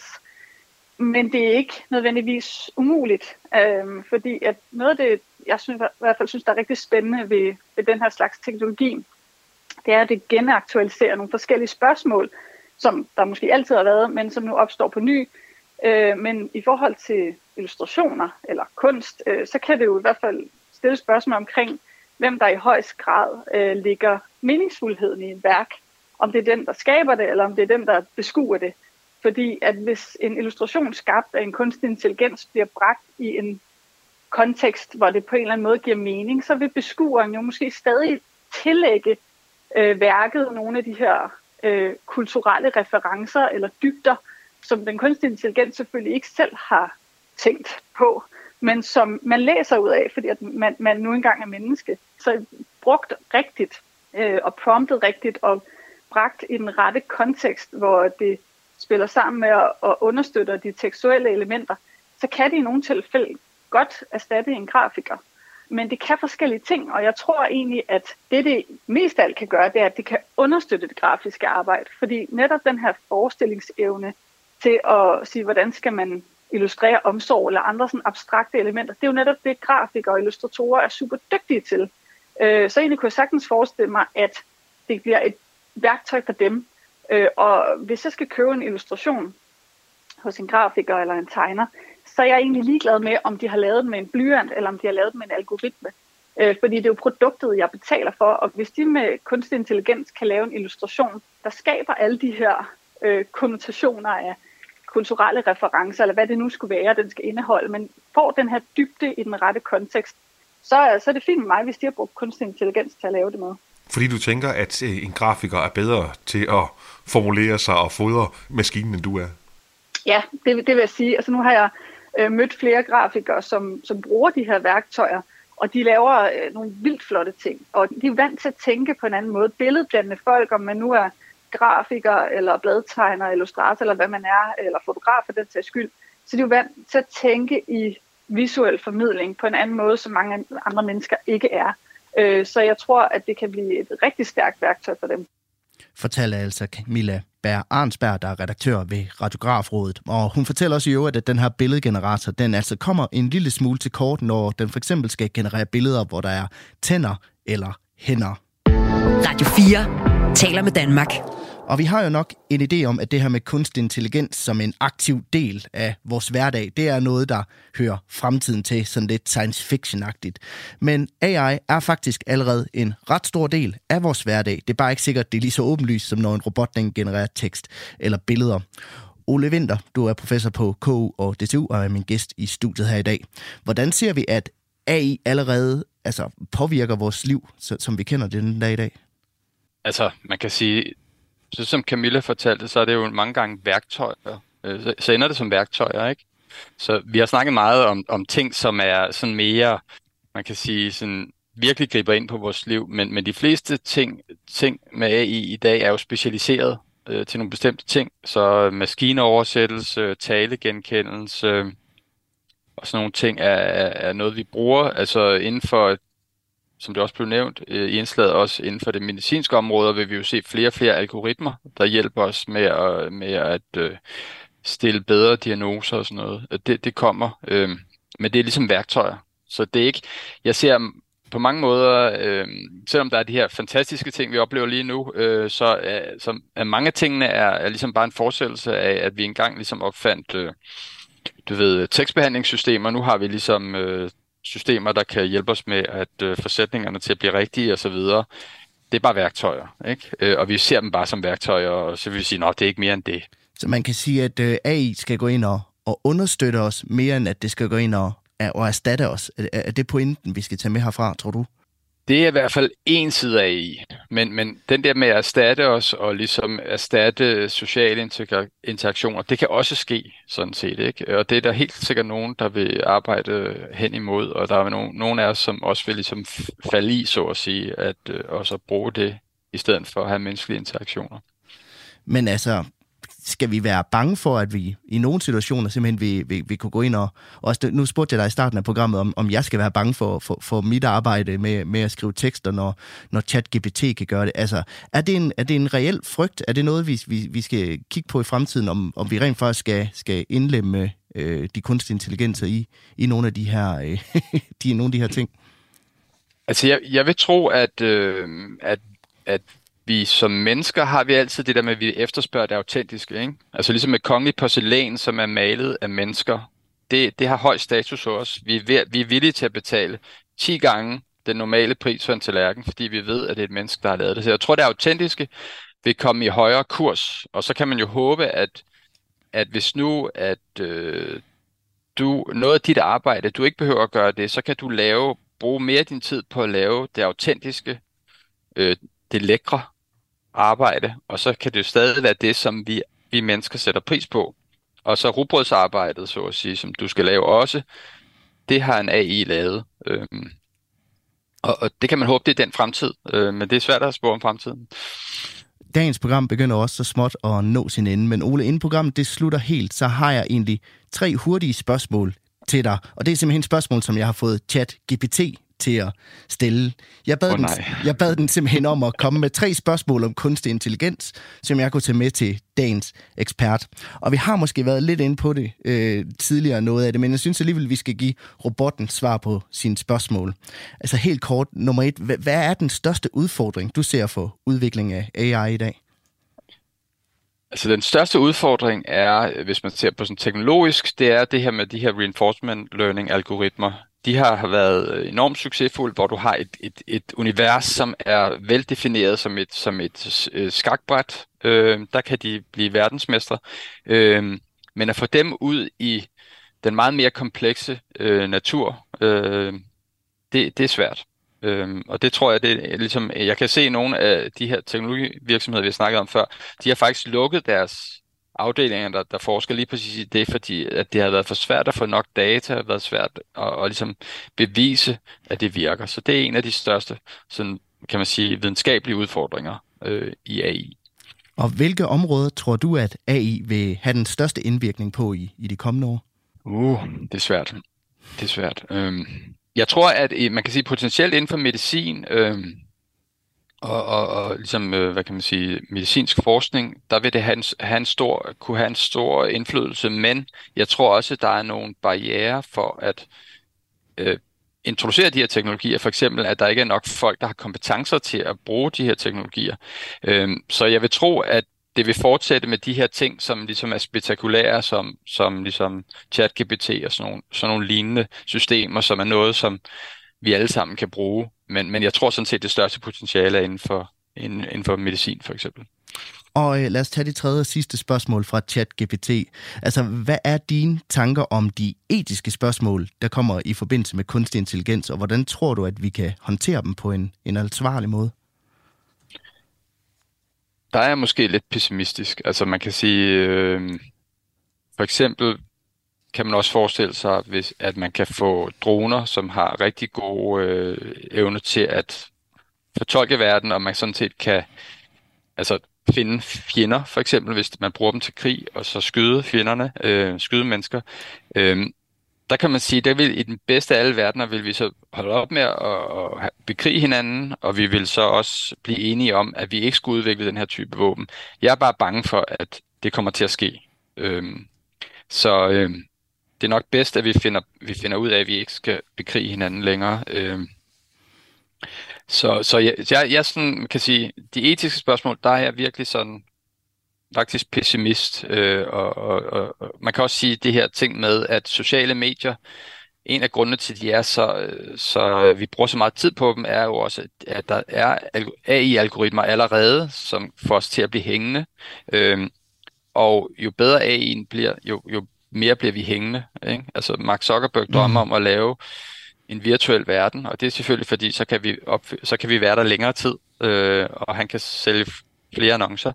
S6: Men det er ikke nødvendigvis umuligt, fordi at noget af det, jeg i hvert fald synes, der er rigtig spændende ved den her slags teknologi, det er, at det genaktualiserer nogle forskellige spørgsmål, som der måske altid har været, men som nu opstår på ny. Men i forhold til illustrationer eller kunst, så kan det jo i hvert fald stille spørgsmål omkring, hvem der i højst grad ligger meningsfuldheden i et værk. Om det er den, der skaber det, eller om det er den, der beskuer det. Fordi at hvis en illustration skabt af en kunstig intelligens bliver bragt i en kontekst, hvor det på en eller anden måde giver mening, så vil beskueren jo måske stadig tillægge værket nogle af de her kulturelle referencer eller dybder, som den kunstige intelligens selvfølgelig ikke selv har tænkt på, men som man læser ud af, fordi at man nu engang er menneske. Så brugt rigtigt og promptet rigtigt og bragt i den rette kontekst, hvor det spiller sammen med at understøtte de tekstuelle elementer, så kan det i nogle tilfælde godt erstatte en grafiker. Men det kan forskellige ting, og jeg tror egentlig, at det mest af alt kan gøre, det er, at det kan understøtte det grafiske arbejde. Fordi netop den her forestillingsevne til at sige, hvordan skal man illustrere omsorg eller andre sådan abstrakte elementer, det er jo netop det, grafikere og illustratorer er super dygtige til. Så egentlig kunne jeg sagtens forestille mig, at det bliver et værktøj for dem. Og hvis jeg skal købe en illustration hos en grafiker eller en tegner, så er jeg egentlig ligeglad med, om de har lavet den med en blyant, eller om de har lavet den med en algoritme. Fordi det er jo produktet, jeg betaler for, og hvis de med kunstig intelligens kan lave en illustration, der skaber alle de her konnotationer af kulturelle referencer, eller hvad det nu skulle være, den skal indeholde, men får den her dybde i den rette kontekst, så er det fint med mig, hvis de har brugt kunstig intelligens til at lave det med.
S7: Fordi du tænker, at en grafiker er bedre til at formulere sig og fodre maskinen, end du er? Ja,
S6: det vil jeg sige. Altså nu har jeg mødt flere grafikere, som bruger de her værktøjer, og de laver nogle vildt flotte ting. Og de er vant til at tænke på en anden måde. Billedblandende folk, om man nu er grafiker, eller bladtegner, illustrator, eller hvad man er, eller fotograf for den sags skyld. Så de er jo vant til at tænke i visuel formidling på en anden måde, som mange andre mennesker ikke er. Så jeg tror, at det kan blive et rigtig stærkt værktøj for dem.
S3: Fortæller altså Camilla Bær Arnsberg, der er redaktør ved Radiografrådet. Og hun fortæller også i øvrigt, at den her billedgenerator, den altså kommer en lille smule til kort, når den for eksempel skal generere billeder, hvor der er tænder eller hænder.
S2: Radio 4 taler med Danmark.
S3: Og vi har jo nok en idé om, at det her med kunstig intelligens som en aktiv del af vores hverdag, det er noget, der hører fremtiden til, sådan lidt science fiction-agtigt. Men AI er faktisk allerede en ret stor del af vores hverdag. Det er bare ikke sikkert, det er lige så åbenlyst, som når en robot genererer tekst eller billeder. Ole Winther, du er professor på KU og DTU og er min gæst i studiet her i dag. Hvordan ser vi, at AI allerede påvirker vores liv, som vi kender det den dag i dag?
S4: Altså, man kan sige, så som Camilla fortalte, så er det jo mange gange værktøjer. Så ender det som værktøjer, ikke? Så vi har snakket meget om ting, som er sådan mere, man kan sige, sådan virkelig griber ind på vores liv. Men de fleste ting med AI i dag er jo specialiseret til nogle bestemte ting. Så maskineoversættelse, talegenkendelse og sådan nogle ting er noget, vi bruger. Altså inden for, som det også blev nævnt i indslaget, også inden for det medicinske område, vil vi jo se flere og flere algoritmer, der hjælper os med at stille bedre diagnoser og sådan noget. Det kommer, men det er ligesom værktøjer. Så det er ikke, jeg ser på mange måder, selvom der er de her fantastiske ting, vi oplever lige nu, så er mange af tingene er ligesom bare en fortsættelse af, at vi engang ligesom opfandt, tekstbehandlingssystemer. Nu har vi ligesom systemer, der kan hjælpe os med at få sætningerne til at blive rigtige og så videre. Det er bare værktøjer, ikke? Og vi ser dem bare som værktøjer, og så vil vi sige, det er ikke mere end det.
S3: Så man kan sige, at AI skal gå ind og understøtte os mere, end at det skal gå ind og erstatte os. Er det pointen, vi skal tage med herfra, tror du?
S4: Det er i hvert fald en side af AI, men den der med at erstatte os og ligesom erstatte sociale interaktioner, det kan også ske sådan set, ikke? Og det er der helt sikkert nogen, der vil arbejde hen imod, og der er nogen af os, som også vil ligesom falde i, så at sige, at også bruge det i stedet for at have menneskelige interaktioner.
S3: Men altså, skal vi være bange for, at vi i nogle situationer simpelthen vil kunne gå ind og også, nu spurgte jeg dig i starten af programmet, om jeg skal være bange for mit arbejde med at skrive tekster, når ChatGPT kan gøre det. Altså, er det en reel frygt? Er det noget, vi skal kigge på i fremtiden, om vi rent faktisk skal indlemme de kunstige intelligenser i nogle af de her, nogle af de her ting?
S4: Altså, jeg vil tro, at vi som mennesker har vi altid det der med, at vi efterspørger det autentiske, ikke? Altså ligesom med kongelig porcelæn, som er malet af mennesker. Det har høj status hos os. Vi er villige til at betale 10 gange den normale pris for en tallerken, fordi vi ved, at det er et menneske, der har lavet det. Så jeg tror, det autentiske vil komme i højere kurs. Og så kan man jo håbe, at hvis nu, noget af dit arbejde, du ikke behøver at gøre det, så kan du bruge mere af din tid på at lave det autentiske, det lækre arbejde, og så kan det jo stadig være det, som vi mennesker sætter pris på. Og så rugbrødsarbejdet, så at sige, som du skal lave også, det har en AI lavet. Og det kan man håbe, det er den fremtid, men det er svært at spå om fremtiden.
S3: Dagens program begynder også så småt at nå sin ende, men Ole, inden programmet det slutter helt, så har jeg egentlig 3 hurtige spørgsmål til dig, og det er simpelthen spørgsmål, som jeg har fået ChatGPT til at stille. Jeg bad den simpelthen om at komme med 3 spørgsmål om kunstig intelligens, som jeg kunne tage med til dagens ekspert. Og vi har måske været lidt inde på det tidligere noget af det, men jeg synes alligevel, vi skal give robotten svar på sine spørgsmål. Altså helt kort, nummer 1. Hvad er den største udfordring, du ser for udvikling af AI i dag?
S4: Altså den største udfordring er, hvis man ser på sådan teknologisk, det er det her med de her reinforcement learning algoritmer. De har været enormt succesfulde, hvor du har et univers, som er veldefineret som et skakbræt. Der kan de blive verdensmestre. Men at få dem ud i den meget mere komplekse natur, det er svært. Og det tror jeg, det er ligesom, jeg kan se nogle af de her teknologivirksomheder, vi har snakket om før, de har faktisk lukket deres afdelinger, der forsker lige præcis i det, fordi at det har været for svært at få nok data, har været svært at ligesom bevise, at det virker. Så det er en af de største, sådan, kan man sige, videnskabelige udfordringer i AI.
S3: Og hvilke områder tror du, at AI vil have den største indvirkning på i de kommende år?
S4: Det er svært. Det er svært. Jeg tror, at man kan sige potentielt inden for medicin og ligesom, hvad kan man sige, medicinsk forskning, der vil det kunne have en stor indflydelse, men jeg tror også, at der er nogle barrierer for at introducere de her teknologier. For eksempel, at der ikke er nok folk, der har kompetencer til at bruge de her teknologier. Så jeg vil tro, at det vil fortsætte med de her ting, som ligesom er spektakulære, som ligesom ChatGPT og sådan nogle lignende systemer, som er noget, som vi alle sammen kan bruge. Men jeg tror sådan set, det største potentiale er inden for medicin, for eksempel.
S3: Og lad os tage det tredje og sidste spørgsmål fra ChatGPT. Altså, hvad er dine tanker om de etiske spørgsmål, der kommer i forbindelse med kunstig intelligens, og hvordan tror du, at vi kan håndtere dem på en ansvarlig måde?
S4: Der er jeg måske lidt pessimistisk. Altså, man kan sige, for eksempel kan man også forestille sig, at man kan få droner, som har rigtig gode evne til at fortolke verden, og man sådan set kan finde fjender, for eksempel hvis man bruger dem til krig, og så skyde fjenderne, skyde mennesker. Der kan man sige, at i den bedste af alle verdener vil vi så holde op med at bekrige hinanden, og vi vil så også blive enige om, at vi ikke skal udvikle den her type våben. Jeg er bare bange for, at det kommer til at ske. Det er nok bedst, at vi finder ud af, at vi ikke skal bekrige hinanden længere. Så jeg sådan kan sige, de etiske spørgsmål, der er jeg virkelig sådan faktisk pessimist. Og man kan også sige det her ting med, at sociale medier, en af grundene til, at de er så vi bruger så meget tid på dem, er jo også, at der er AI-algoritmer allerede, som får os til at blive hængende. Og jo bedre AI'en bliver, jo mere bliver vi hængende. Ikke? Altså Mark Zuckerberg drømmer om at lave en virtuel verden, og det er selvfølgelig fordi, så kan vi være der længere tid, og han kan sælge flere annoncer.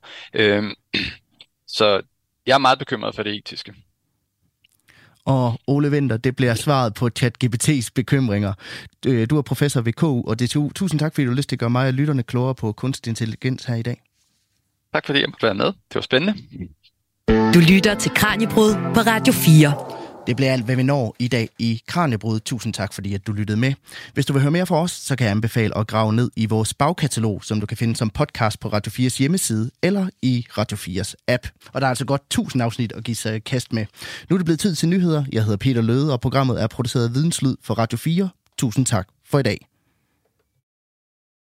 S4: Så jeg er meget bekymret for det etiske.
S3: Og Ole Winther, det bliver svaret på ChatGPT's bekymringer. Du er professor ved KU og DTU. Tusind tak, fordi du har lyst til at gøre mig og lytterne klogere på kunstig intelligens her i dag.
S4: Tak fordi jeg måtte være med. Det var spændende.
S2: Du lytter til Kraniebrud på Radio 4.
S3: Det bliver alt, hvad vi når i dag i Kraniebrud. Tusind tak, fordi at du lyttede med. Hvis du vil høre mere fra os, så kan jeg anbefale at grave ned i vores bagkatalog, som du kan finde som podcast på Radio 4's hjemmeside eller i Radio 4's app. Og der er altså godt 1000 afsnit at give sig kast med. Nu er det blevet tid til nyheder. Jeg hedder Peter Løde, og programmet er produceret af Videnslyd for Radio 4. Tusind tak for i dag.